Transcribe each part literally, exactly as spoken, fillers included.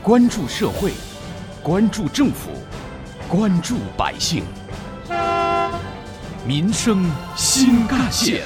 关注社会，关注政府，关注百姓，民生新干线。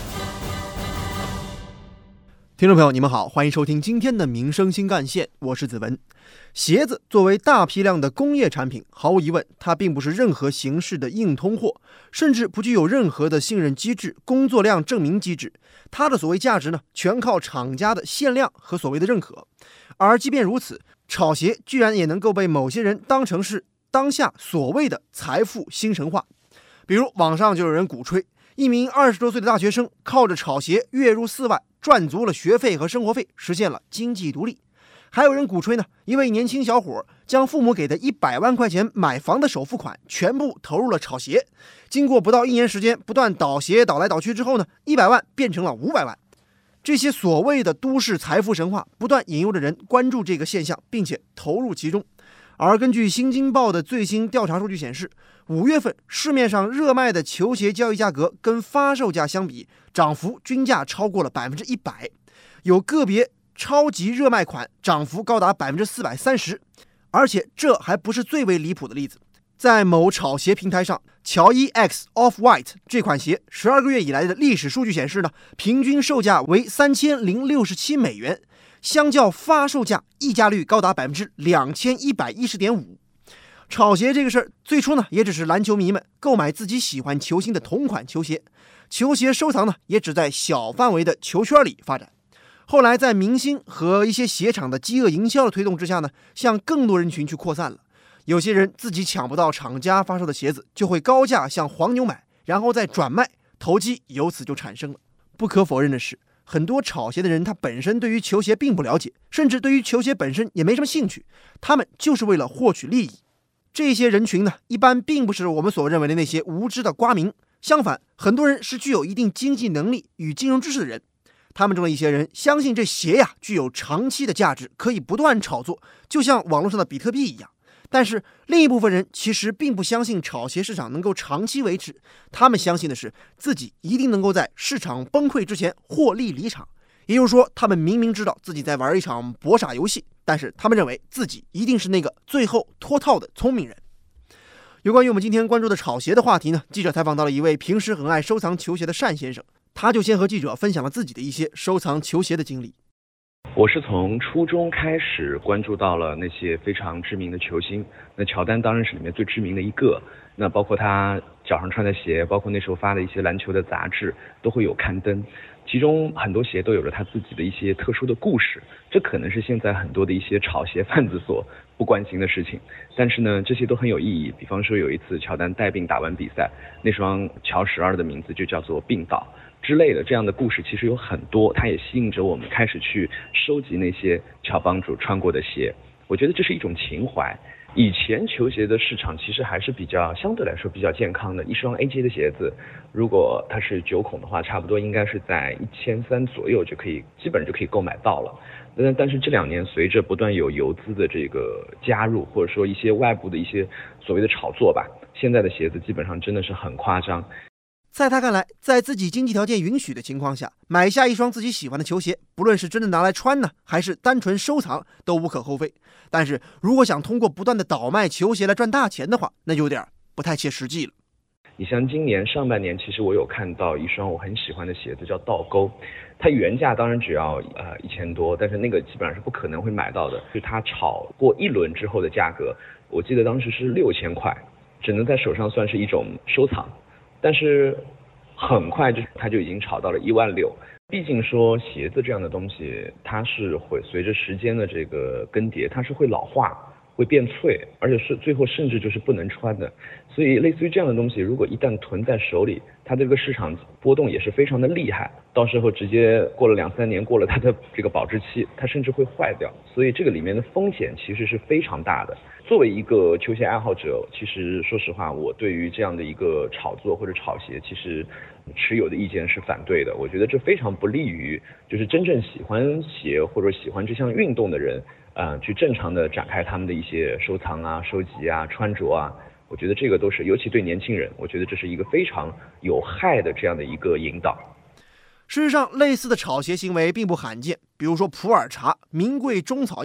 听众朋友，你们好，欢迎收听今天的民生新干线，我是子文。鞋子作为大批量的工业产品，毫无疑问，它并不是任何形式的硬通货，甚至不具有任何的信任机制、工作量证明机制。它的所谓价值呢，全靠厂家的限量和所谓的认可。而即便如此，炒鞋居然也能够被某些人当成是当下所谓的财富新神话。比如网上就有人鼓吹，一名二十多岁的大学生靠着炒鞋月入四万，赚足了学费和生活费，实现了经济独立。还有人鼓吹呢，一位年轻小伙将父母给的一百万块钱买房的首付款全部投入了炒鞋，经过不到一年时间，不断倒鞋倒来倒去之后呢，一百万变成了五百万。这些所谓的都市财富神话，不断引诱着人关注这个现象，并且投入其中。而根据新京报的最新调查数据显示，五月份市面上热卖的球鞋交易价格跟发售价相比，涨幅均价超过了百分之一百，有个别超级热卖款涨幅高达百分之四百三十。而且这还不是最为离谱的例子，在某炒鞋平台上，乔伊 X Off-White 这款鞋十二个月以来的历史数据显示呢，平均售价为三千零六十七美元，相较发售价溢价率高达百分之两千一百一十点五。炒鞋这个事儿，最初呢也只是篮球迷们购买自己喜欢球星的同款球鞋，球鞋收藏呢也只在小范围的球圈里发展。后来在明星和一些鞋厂的饥饿营销的推动之下呢，向更多人群去扩散了。有些人自己抢不到厂家发售的鞋子，就会高价向黄牛买，然后再转卖，投机由此就产生了。不可否认的是，很多炒鞋的人他本身对于球鞋并不了解，甚至对于球鞋本身也没什么兴趣，他们就是为了获取利益。这些人群呢，一般并不是我们所认为的那些无知的瓜民，相反，很多人是具有一定经济能力与金融知识的人。他们中的一些人相信这鞋呀具有长期的价值，可以不断炒作，就像网络上的比特币一样。但是另一部分人其实并不相信炒鞋市场能够长期维持，他们相信的是自己一定能够在市场崩溃之前获利离场。也就是说，他们明明知道自己在玩一场博傻游戏，但是他们认为自己一定是那个最后脱套的聪明人。有关于我们今天关注的炒鞋的话题呢，记者采访到了一位平时很爱收藏球鞋的单先生，他就先和记者分享了自己的一些收藏球鞋的经历。 我是从初中开始关注到了那些非常知名的球星，那乔丹当然是里面最知名的一个，那包括他脚上穿的鞋，包括那时候发的一些篮球的杂志都会有刊登，其中很多鞋都有着他自己的一些特殊的故事，这可能是现在很多的一些炒鞋贩子所不关心的事情，但是呢这些都很有意义。比方说有一次乔丹带病打完比赛，那双乔十二的名字就叫做病倒之类的，这样的故事其实有很多，它也吸引着我们开始去收集那些乔帮主穿过的鞋。我觉得这是一种情怀。以前球鞋的市场其实还是比较相对来说比较健康的，一双 A J 的鞋子，如果它是九孔的话，差不多应该是在一千三左右就可以，基本上就可以购买到了。但但是这两年随着不断有游资的这个加入，或者说一些外部的一些所谓的炒作吧，现在的鞋子基本上真的是很夸张。 在他看来，在自己经济条件允许的情况下，买下一双自己喜欢的球鞋，不论是真的拿来穿呢，还是单纯收藏，都无可厚非。但是如果想通过不断的倒卖球鞋来赚大钱的话，那就有点不太切实际了。 你像今年上半年，其实我有看到一双我很喜欢的鞋子，叫倒钩，它原价当然只要呃一千多，但是那个基本上是不可能会买到的，是它炒过一轮之后的价格，我记得当时是六千块，只能在手上算是一种收藏。但是很快就它就已经炒到了一万六。毕竟说鞋子这样的东西，它是会随着时间的这个更迭，它是会老化，会变脆，而且是最后甚至就是不能穿的。所以类似于这样的东西，如果一旦囤在手里，它这个市场波动也是非常的厉害，到时候直接过了两三年，过了它的这个保质期，它甚至会坏掉。所以这个里面的风险其实是非常大的。作为一个球鞋爱好者，其实说实话，我对于这样的一个炒作或者炒鞋，其实持有的意见是反对的。我觉得这非常不利于就是真正喜欢鞋或者喜欢这项运动的人，呃，去正常的展开他们的一些收藏啊、收集啊、穿着啊。我觉得这个都是，尤其对年轻人，我觉得这是一个非常有害的这样的一个引导。 事实上，类似的炒鞋行为并不罕见，比如说普洱茶、名贵中草药、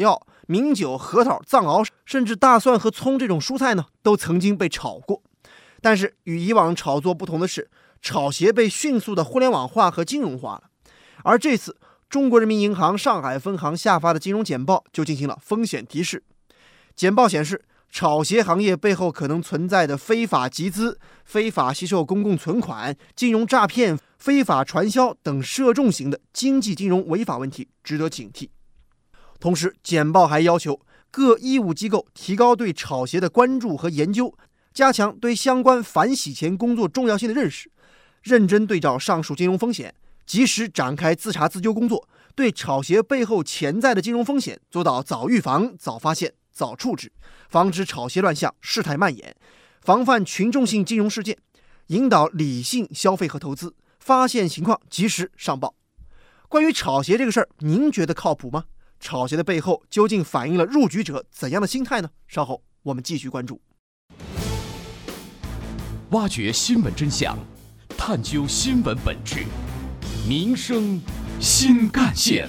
名酒、核桃、藏獒，甚至大蒜和葱这种蔬菜呢，都曾经被炒过。但是与以往炒作不同的是，炒鞋被迅速的互联网化和金融化了。而这次中国人民银行上海分行下发的金融简报就进行了风险提示。简报显示，炒鞋行业背后可能存在的非法集资、非法吸收公共存款、金融诈骗、非法传销等涉众型的经济金融违法问题值得警惕。同时，简报还要求各义务机构提高对炒鞋的关注和研究，加强对相关反洗钱工作重要性的认识，认真对照上述金融风险，及时展开自查自纠工作，对炒鞋背后潜在的金融风险做到早预防、早发现、早处置，防止炒鞋乱象事态蔓延，防范群众性金融事件，引导理性消费和投资，发现情况及时上报。关于炒鞋这个事儿，您觉得靠谱吗？炒鞋的背后究竟反映了入局者怎样的心态呢？稍后我们继续关注。 挖掘新闻真相，探究新闻本质，民生新干线。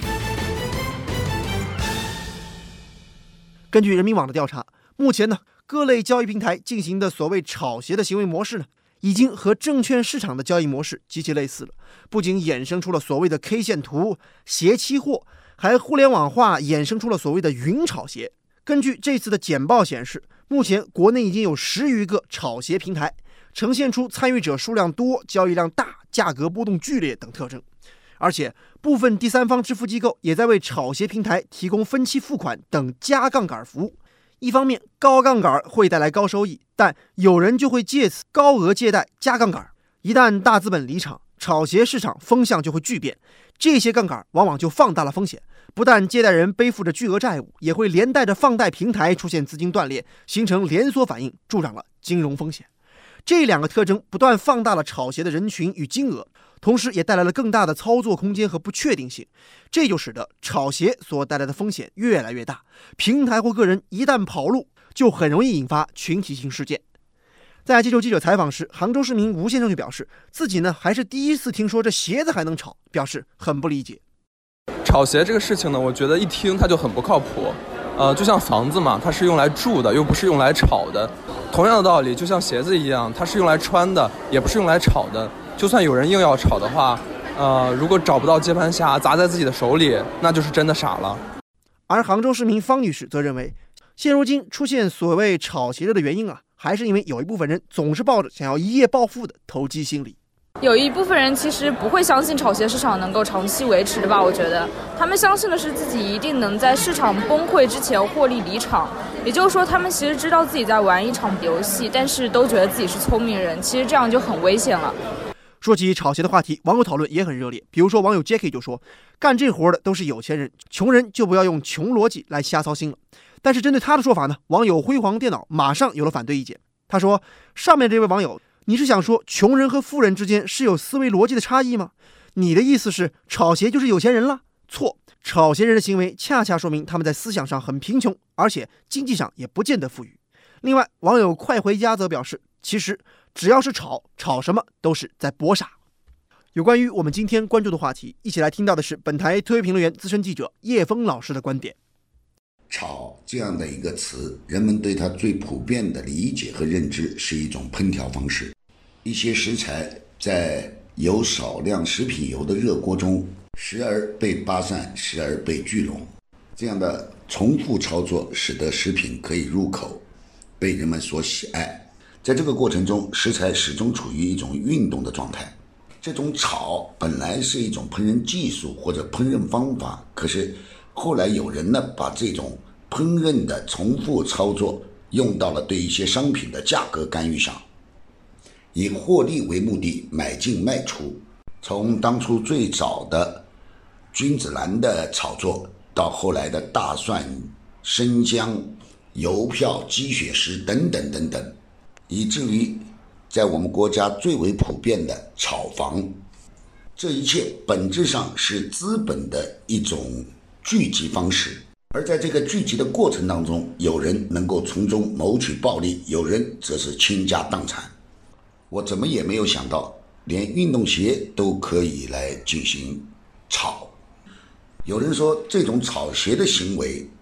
根据人民网的调查，目前呢，各类交易平台进行的所谓炒鞋的行为模式呢，已经和证券市场的交易模式极其类似了。不仅衍生出了所谓的 K 线图、鞋期货，还互联网化衍生出了所谓的云炒鞋。根据这次的简报显示，目前国内已经有十余个炒鞋平台，呈现出参与者数量多、交易量大、价格波动剧烈等特征。而且部分第三方支付机构也在为炒鞋平台提供分期付款等加杠杆服务。一方面，高杠杆会带来高收益，但有人就会借此高额借贷加杠杆。一旦大资本离场，炒鞋市场风向就会巨变，这些杠杆往往就放大了风险。不但借贷人背负着巨额债务，也会连带着放贷平台出现资金断裂，形成连锁反应，助长了金融风险。这两个特征不断放大了炒鞋的人群与金额，同时也带来了更大的操作空间和不确定性，这就使得炒鞋所带来的风险越来越大。平台或个人一旦跑路，就很容易引发群体性事件。在接受记者采访时，杭州市民吴先生就表示，自己呢还是第一次听说这鞋子还能炒，表示很不理解。 炒鞋这个事情呢，我觉得一听它就很不靠谱。呃，就像房子嘛，它是用来住的，又不是用来炒的。同样的道理，就像鞋子一样，它是用来穿的，也不是用来炒的。就算有人硬要炒的话，呃，如果找不到接盘侠砸在自己的手里，那就是真的傻了。 而杭州市民方女士则认为，现如今出现所谓炒鞋热的原因啊，还是因为有一部分人总是抱着想要一夜暴富的投机心理。 有一部分人其实不会相信炒鞋市场能够长期维持的吧，我觉得他们相信的是自己一定能在市场崩溃之前获利离场，也就是说他们其实知道自己在玩一场游戏，但是都觉得自己是聪明人，其实这样就很危险了。 说起炒鞋的话题，网友讨论也很热烈。比如说网友 Jackie 就说，干这活的都是有钱人，穷人就不要用穷逻辑来瞎操心了。但是针对他的说法呢，网友辉煌电脑马上有了反对意见。他说，上面这位网友，你是想说穷人和富人之间是有思维逻辑的差异吗？你的意思是炒鞋就是有钱人了？错，炒鞋人的行为恰恰说明他们在思想上很贫穷，而且经济上也不见得富裕。另外，网友快回家则表示，其实只要是炒，炒什么都是在搏傻。有关于我们今天关注的话题，一起来听到的是本台特约评论员、资深记者叶峰老师的观点。 炒这样的一个词，人们对它最普遍的理解和认知是一种烹调方式。一些食材在有少量食品油的热锅中，时而被扒散，时而被聚拢。这样的重复操作使得食品可以入口，被人们所喜爱。在这个过程中，食材始终处于一种运动的状态。这种炒本来是一种烹饪技术或者烹饪方法，可是后来有人呢把这种烹饪的重复操作用到了对一些商品的价格干预上，以获利为目的买进卖出。从当初最早的君子兰的炒作，到后来的大蒜、生姜、邮票、鸡血石等等等等，以至于在我们国家最为普遍的炒房，这一切本质上是资本的一种聚集方式。而在这个聚集的过程当中，有人能够从中谋取暴利，有人则是倾家荡产。我怎么也没有想到，连运动鞋都可以来进行炒。有人说，这种炒鞋的行为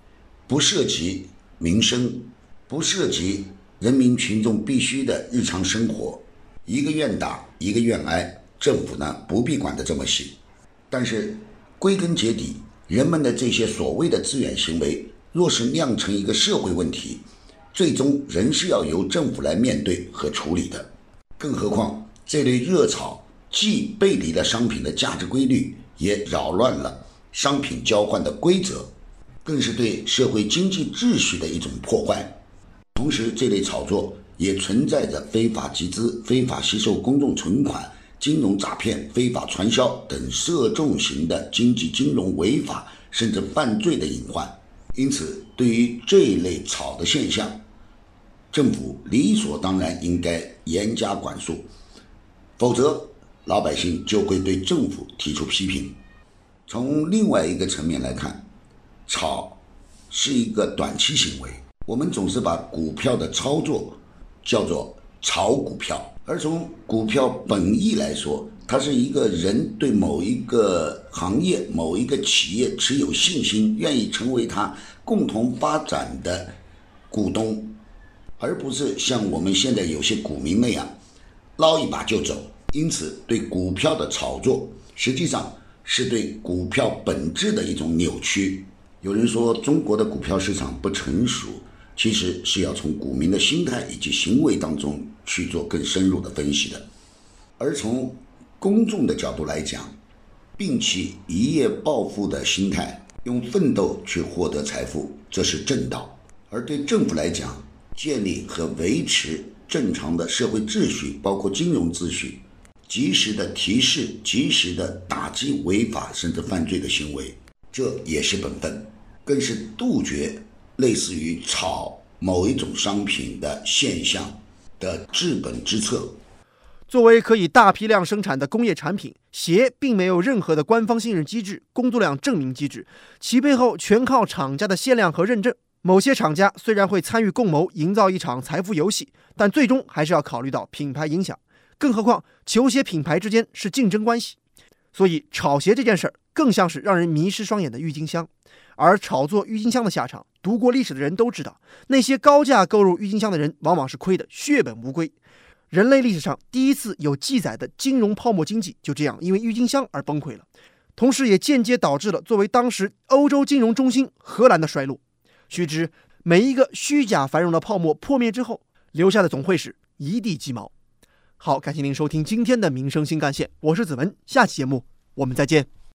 不涉及民生，不涉及人民群众必须的日常生活，一个愿打一个愿挨，政府呢不必管得这么细。但是归根结底，人们的这些所谓的资源行为，若是酿成一个社会问题，最终仍是要由政府来面对和处理的。更何况这类热炒既背离了商品的价值规律，也扰乱了商品交换的规则，更是对社会经济秩序的一种破坏。同时这类炒作也存在着非法集资、非法吸收公众存款、金融诈骗、非法传销等涉众型的经济金融违法甚至犯罪的隐患。因此对于这一类炒的现象，政府理所当然应该严加管束，否则老百姓就会对政府提出批评。从另外一个层面来看，炒是一个短期行为，我们总是把股票的操作叫做炒股票，而从股票本意来说，它是一个人对某一个行业、某一个企业持有信心，愿意成为它共同发展的股东，而不是像我们现在有些股民那样捞一把就走。因此对股票的炒作实际上是对股票本质的一种扭曲。有人说中国的股票市场不成熟，其实是要从股民的心态以及行为当中去做更深入的分析的。而从公众的角度来讲，摒弃一夜暴富的心态，用奋斗去获得财富，这是正道。而对政府来讲，建立和维持正常的社会秩序，包括金融秩序，及时的提示，及时的打击违法甚至犯罪的行为，这也是本分，更是杜绝类似于炒某一种商品的现象的治本之策。 作为可以大批量生产的工业产品，鞋并没有任何的官方信任机制、工作量证明机制，其背后全靠厂家的限量和认证。某些厂家虽然会参与共谋营造一场财富游戏，但最终还是要考虑到品牌影响，更何况球鞋品牌之间是竞争关系。所以炒鞋这件事儿更像是让人迷失双眼的郁金香。而炒作郁金香的下场，读过历史的人都知道，那些高价购入郁金香的人往往是亏得血本无归。人类历史上第一次有记载的金融泡沫经济就这样因为郁金香而崩溃了，同时也间接导致了作为当时欧洲金融中心荷兰的衰落。须知每一个虚假繁荣的泡沫破灭之后，留下的总会是一地鸡毛。好，感谢您收听今天的民生新干线，我是子文，下期节目我们再见。